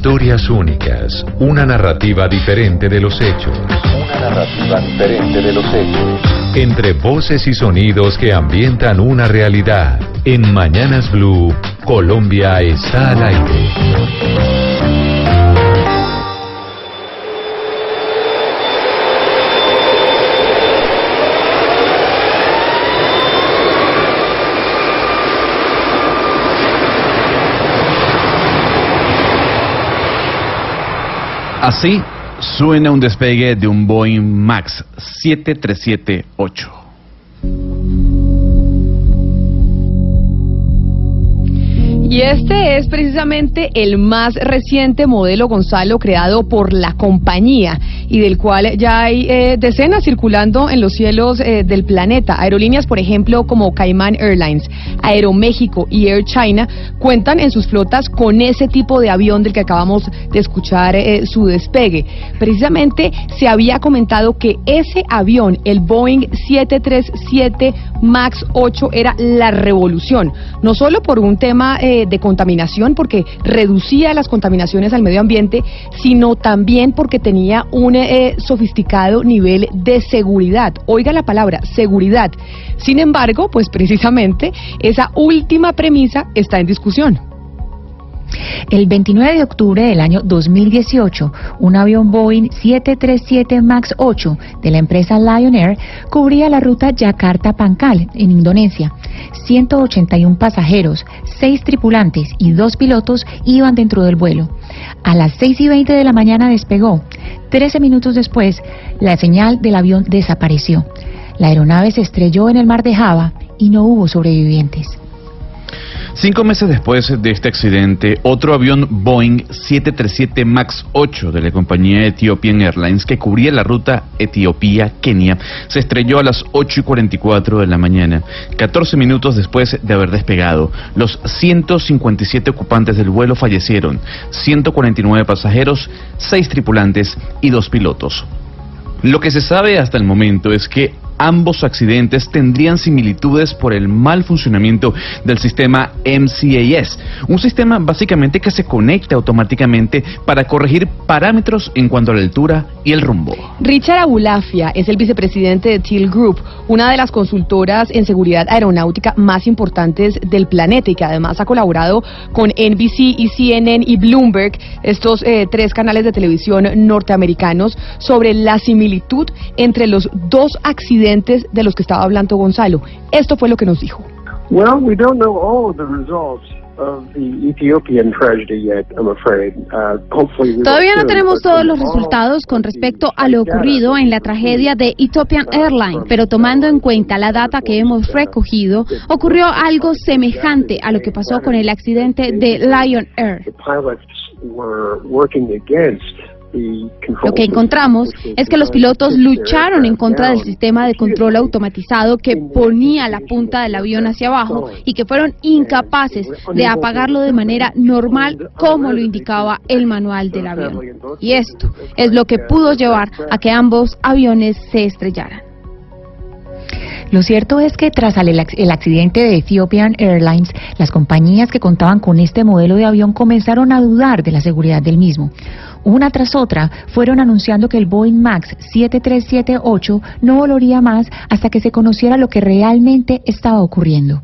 Historias únicas, una narrativa diferente de los hechos. Entre voces y sonidos que ambientan una realidad. En Mañanas Blue, Colombia está al aire. Así suena un despegue de un Boeing MAX 737-8. Y este es precisamente el más reciente modelo, Gonzalo, creado por la compañía y del cual ya hay decenas circulando en los cielos del planeta. Aerolíneas, por ejemplo, como Cayman Airlines, Aeroméxico y Air China cuentan en sus flotas con ese tipo de avión del que acabamos de escuchar su despegue. Precisamente se había comentado que ese avión, el Boeing 737 MAX 8, era la revolución, no solo por un tema de contaminación, porque reducía las contaminaciones al medio ambiente, sino también porque tenía un sofisticado nivel de seguridad. Oiga la palabra, seguridad. Sin embargo, pues precisamente esa última premisa está en discusión. El 29 de octubre del año 2018, un avión Boeing 737 MAX 8 de la empresa Lion Air cubría la ruta Yakarta-Pankal, en Indonesia. 181 pasajeros, 6 tripulantes y 2 pilotos iban dentro del vuelo. A las 6:20 de la mañana despegó. 13 minutos después, la señal del avión desapareció. La aeronave se estrelló en el mar de Java y no hubo sobrevivientes. 5 meses después de este accidente, otro avión Boeing 737 MAX 8 de la compañía Ethiopian Airlines, que cubría la ruta Etiopía-Kenia, se estrelló a las 8:44 de la mañana, 14 minutos después de haber despegado. Los 157 ocupantes del vuelo fallecieron, 149 pasajeros, 6 tripulantes y 2 pilotos. Lo que se sabe hasta el momento es que ambos accidentes tendrían similitudes por el mal funcionamiento del sistema MCAS, un sistema básicamente que se conecta automáticamente para corregir parámetros en cuanto a la altura y el rumbo. Richard Abulafia es el vicepresidente de Teal Group, una de las consultoras en seguridad aeronáutica más importantes del planeta y que además ha colaborado con NBC y CNN y Bloomberg, estos 3 canales de televisión norteamericanos, sobre la similitud entre los dos accidentes de los que estaba hablando Gonzalo. Esto fue lo que nos dijo. Well, we don't know all of the results of the Ethiopian tragedy yet, I'm afraid. Todavía no tenemos todos los resultados con respecto a lo ocurrido en la tragedia de Ethiopian Airlines, pero tomando en cuenta la data que hemos recogido, ocurrió algo semejante a lo que pasó con el accidente de Lion Air. Lo que encontramos es que los pilotos lucharon en contra del sistema de control automatizado que ponía la punta del avión hacia abajo y que fueron incapaces de apagarlo de manera normal como lo indicaba el manual del avión. Y esto es lo que pudo llevar a que ambos aviones se estrellaran. Lo cierto es que tras el accidente de Ethiopian Airlines, las compañías que contaban con este modelo de avión comenzaron a dudar de la seguridad del mismo. Una tras otra fueron anunciando que el Boeing MAX 737-8 no volaría más hasta que se conociera lo que realmente estaba ocurriendo.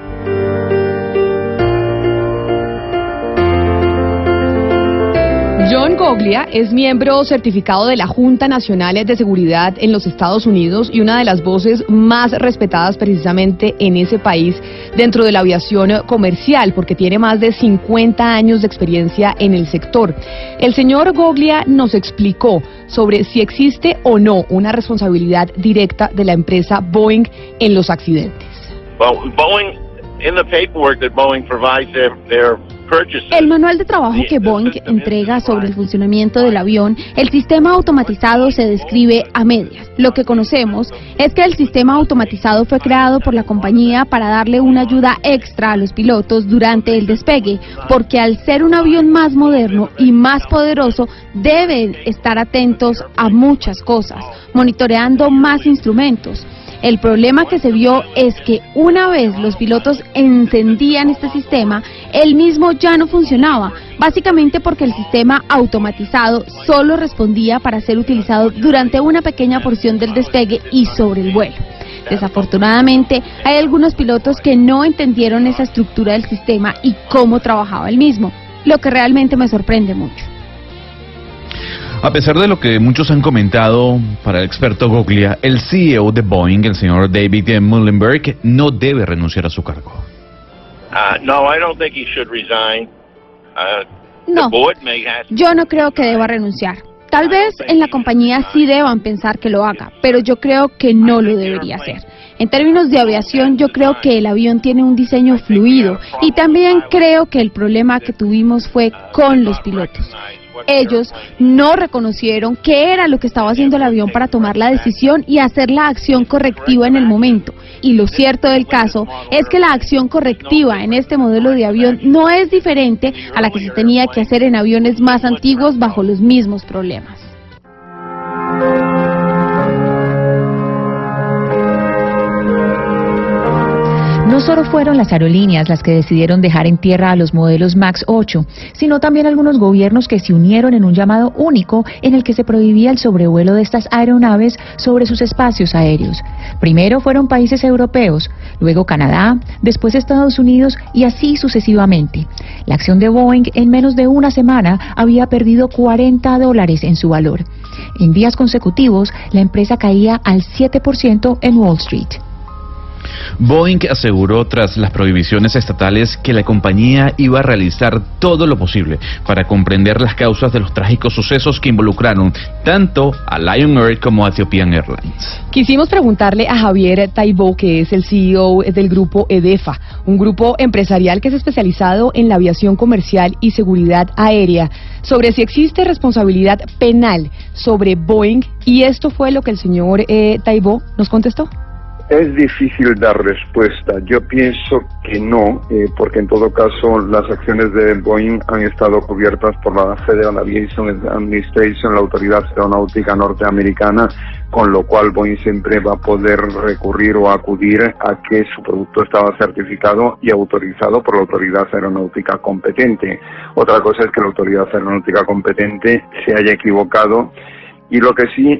John Goglia es miembro certificado de la Junta Nacional de Seguridad en los Estados Unidos y una de las voces más respetadas precisamente en ese país dentro de la aviación comercial, porque tiene más de 50 años de experiencia en el sector. El señor Goglia nos explicó sobre si existe o no una responsabilidad directa de la empresa Boeing en los accidentes. Well, Boeing, in the paperwork that Boeing provides their El manual de trabajo que Boeing entrega sobre el funcionamiento del avión, el sistema automatizado se describe a medias. Lo que conocemos es que el sistema automatizado fue creado por la compañía para darle una ayuda extra a los pilotos durante el despegue, porque al ser un avión más moderno y más poderoso, deben estar atentos a muchas cosas, monitoreando más instrumentos. El problema que se vio es que una vez los pilotos encendían este sistema, el mismo ya no funcionaba, básicamente porque el sistema automatizado solo respondía para ser utilizado durante una pequeña porción del despegue y sobre el vuelo. Desafortunadamente, hay algunos pilotos que no entendieron esa estructura del sistema y cómo trabajaba el mismo, lo que realmente me sorprende mucho. A pesar de lo que muchos han comentado, para el experto Goglia, el CEO de Boeing, el señor David Muhlenberg, no debe renunciar a su cargo. No, I don't think he should resign. No, yo no creo que deba renunciar. Tal vez en la compañía sí deban pensar que lo haga, pero yo creo que no lo debería hacer. En términos de aviación, yo creo que el avión tiene un diseño fluido y también creo que el problema que tuvimos fue con los pilotos. Ellos no reconocieron qué era lo que estaba haciendo el avión para tomar la decisión y hacer la acción correctiva en el momento. Y lo cierto del caso es que la acción correctiva en este modelo de avión no es diferente a la que se tenía que hacer en aviones más antiguos bajo los mismos problemas. No solo fueron las aerolíneas las que decidieron dejar en tierra a los modelos MAX 8, sino también algunos gobiernos que se unieron en un llamado único en el que se prohibía el sobrevuelo de estas aeronaves sobre sus espacios aéreos. Primero fueron países europeos, luego Canadá, después Estados Unidos y así sucesivamente. La acción de Boeing en menos de una semana había perdido $40 en su valor. En días consecutivos, la empresa caía al 7% en Wall Street. Boeing aseguró tras las prohibiciones estatales que la compañía iba a realizar todo lo posible para comprender las causas de los trágicos sucesos que involucraron tanto a Lion Air como a Ethiopian Airlines. Quisimos preguntarle a Javier Taibo, que es el CEO del grupo EDEFA, un grupo empresarial que es especializado en la aviación comercial y seguridad aérea, sobre si existe responsabilidad penal sobre Boeing, y esto fue lo que el señor Taibo nos contestó. Es difícil dar respuesta. Yo pienso que no, porque en todo caso las acciones de Boeing han estado cubiertas por la Federal Aviation Administration, la autoridad aeronáutica norteamericana, con lo cual Boeing siempre va a poder recurrir o acudir a que su producto estaba certificado y autorizado por la autoridad aeronáutica competente. Otra cosa es que la autoridad aeronáutica competente se haya equivocado, y lo que sí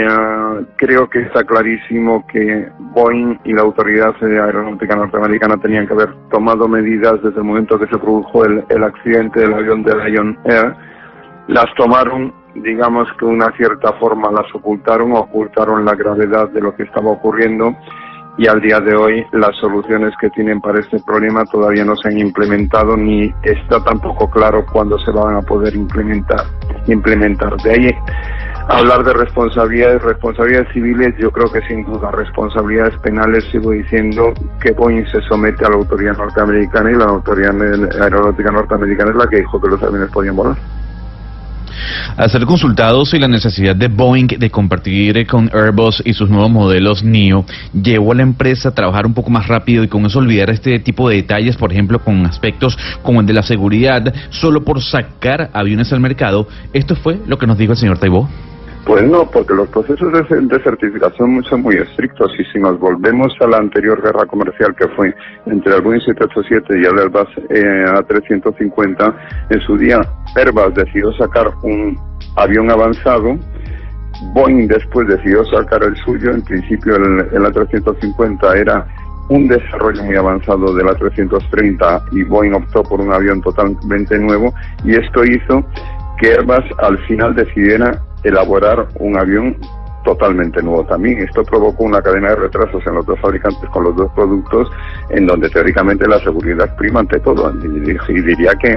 creo que está clarísimo que Boeing y la autoridad aeronáutica norteamericana tenían que haber tomado medidas desde el momento que se produjo el accidente del avión de Lion Air. Las tomaron, digamos que de una cierta forma las ocultaron la gravedad de lo que estaba ocurriendo, y al día de hoy las soluciones que tienen para este problema todavía no se han implementado, ni está tampoco claro cuándo se van a poder implementar. De ahí hablar de responsabilidades civiles, yo creo que sin duda responsabilidades penales, sigo diciendo que Boeing se somete a la autoridad norteamericana, y la autoridad aeronáutica norteamericana es la que dijo que los aviones podían volar. Al ser consultados y la necesidad de Boeing de compartir con Airbus y sus nuevos modelos NEO llevó a la empresa a trabajar un poco más rápido y con eso olvidar este tipo de detalles, por ejemplo con aspectos como el de la seguridad, solo por sacar aviones al mercado. Esto fue lo que nos dijo el señor Taibo. Pues no, porque los procesos de certificación son muy estrictos, y si nos volvemos a la anterior guerra comercial que fue entre el Boeing 787 y el Airbus A350, en su día Airbus decidió sacar un avión avanzado, Boeing después decidió sacar el suyo. En principio el A350 era un desarrollo muy avanzado del A330 y Boeing optó por un avión totalmente nuevo, y esto hizo que Airbus al final decidiera elaborar un avión totalmente nuevo también. Esto provocó una cadena de retrasos en los dos fabricantes con los dos productos, en donde teóricamente la seguridad prima ante todo, y diría que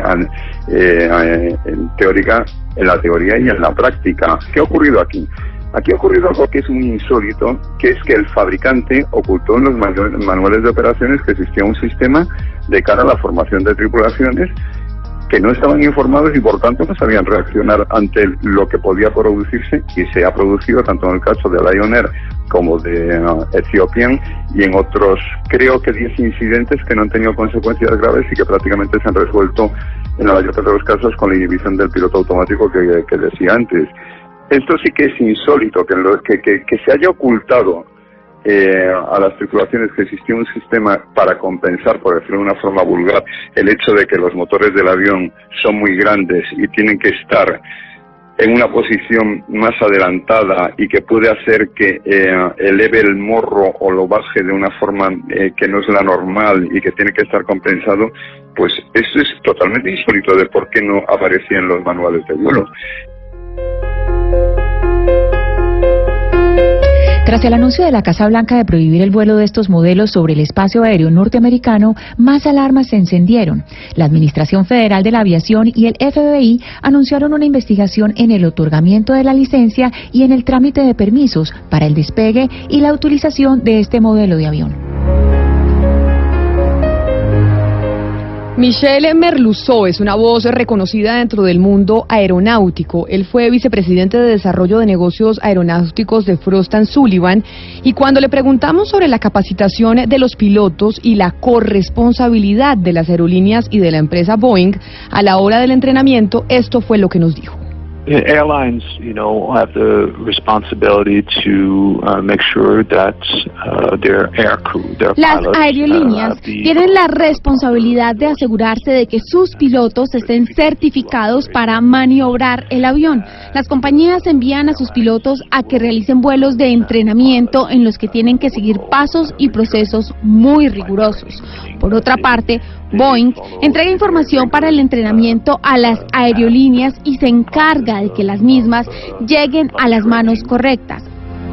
en la teoría y en la práctica. ¿Qué ha ocurrido aquí? Aquí ha ocurrido algo que es muy insólito, que es que el fabricante ocultó en los manuales de operaciones que existía un sistema de cara a la formación de tripulaciones que no estaban informados y por tanto no sabían reaccionar ante lo que podía producirse, y se ha producido tanto en el caso de Lion Air como de Ethiopian, y en otros creo que 10 incidentes que no han tenido consecuencias graves y que prácticamente se han resuelto en la mayoría de los casos con la inhibición del piloto automático que decía antes. Esto sí que es insólito, que se haya ocultado a las tripulaciones que existía un sistema para compensar, por decirlo de una forma vulgar, el hecho de que los motores del avión son muy grandes y tienen que estar en una posición más adelantada y que puede hacer que eleve el morro o lo baje de una forma que no es la normal y que tiene que estar compensado, pues eso es totalmente insólito de por qué no aparecía en los manuales de vuelo. Tras el anuncio de la Casa Blanca de prohibir el vuelo de estos modelos sobre el espacio aéreo norteamericano, más alarmas se encendieron. La Administración Federal de la Aviación y el FBI anunciaron una investigación en el otorgamiento de la licencia y en el trámite de permisos para el despegue y la utilización de este modelo de avión. Michel Merluzzo es una voz reconocida dentro del mundo aeronáutico. Él fue vicepresidente de Desarrollo de Negocios Aeronáuticos de Frost & Sullivan, y cuando le preguntamos sobre la capacitación de los pilotos y la corresponsabilidad de las aerolíneas y de la empresa Boeing a la hora del entrenamiento, esto fue lo que nos dijo. Airlines, have the responsibility to make sure that their air crew, their Las pilots, aerolíneas tienen la responsabilidad de asegurarse de que sus pilotos estén certificados para maniobrar el avión. Las compañías envían a sus pilotos a que realicen vuelos de entrenamiento en los que tienen que seguir pasos y procesos muy rigurosos. Por otra parte, Boeing entrega información para el entrenamiento a las aerolíneas y se encarga de que las mismas lleguen a las manos correctas.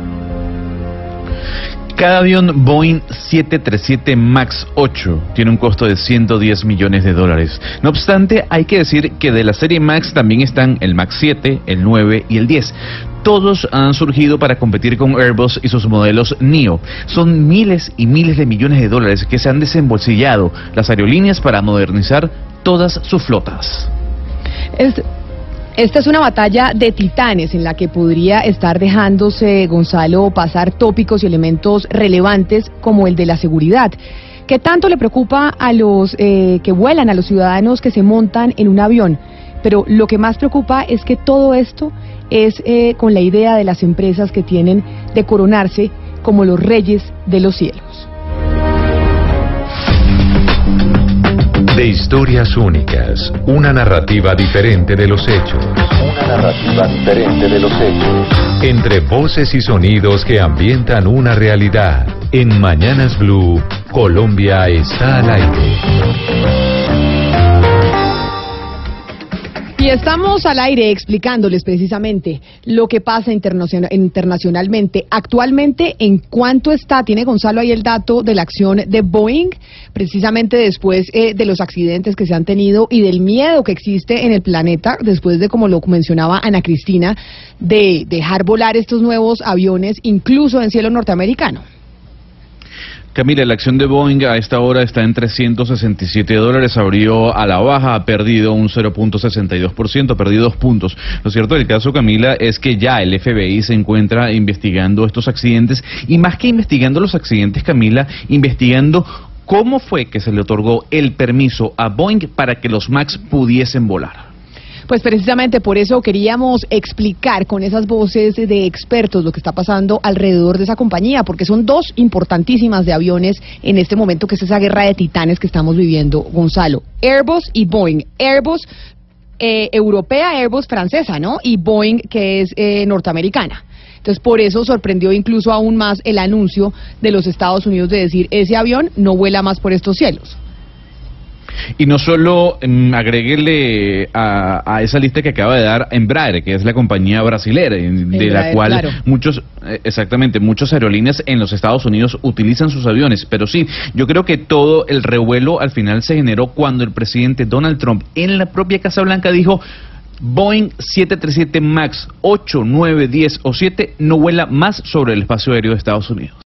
Cada avión Boeing 737 MAX 8 tiene un costo de $110 millones. No obstante, hay que decir que de la serie MAX también están el MAX 7, el 9 y el 10. Todos han surgido para competir con Airbus y sus modelos Neo. Son miles y miles de millones de dólares que se han desembolsillado las aerolíneas para modernizar todas sus flotas. Esta es una batalla de titanes en la que podría estar dejándose, Gonzalo, pasar tópicos y elementos relevantes como el de la seguridad. ¿Qué tanto le preocupa a los que vuelan, a los ciudadanos que se montan en un avión? Pero lo que más preocupa es que todo esto es con la idea de las empresas que tienen de coronarse como los reyes de los cielos. De historias únicas, una narrativa diferente de los hechos. Entre voces y sonidos que ambientan una realidad. En Mañanas Blue, Colombia está al aire. Y estamos al aire explicándoles precisamente lo que pasa internacionalmente. Actualmente, ¿en cuánto está? Tiene Gonzalo ahí el dato de la acción de Boeing, precisamente después de los accidentes que se han tenido y del miedo que existe en el planeta, después de, como lo mencionaba Ana Cristina, de dejar volar estos nuevos aviones, incluso en cielo norteamericano. Camila, la acción de Boeing a esta hora está en $367, abrió a la baja, ha perdido un 0.62%, perdió 2 puntos. Lo cierto del caso, Camila, es que ya el FBI se encuentra investigando estos accidentes, y más que investigando los accidentes, Camila, investigando cómo fue que se le otorgó el permiso a Boeing para que los MAX pudiesen volar. Pues precisamente por eso queríamos explicar con esas voces de expertos lo que está pasando alrededor de esa compañía, porque son dos importantísimas de aviones en este momento, que es esa guerra de titanes que estamos viviendo, Gonzalo. Airbus y Boeing. Airbus europea, Airbus francesa, ¿no? Y Boeing, que es norteamericana. Entonces, por eso sorprendió incluso aún más el anuncio de los Estados Unidos de decir, ese avión no vuela más por estos cielos. Y no solo agréguele a esa lista que acaba de dar Embraer, que es la compañía brasilera, de la cual claro, muchos aerolíneas en los Estados Unidos utilizan sus aviones. Pero sí, yo creo que todo el revuelo al final se generó cuando el presidente Donald Trump en la propia Casa Blanca dijo: Boeing 737 MAX 8, 9, 10 o 7 no vuela más sobre el espacio aéreo de Estados Unidos.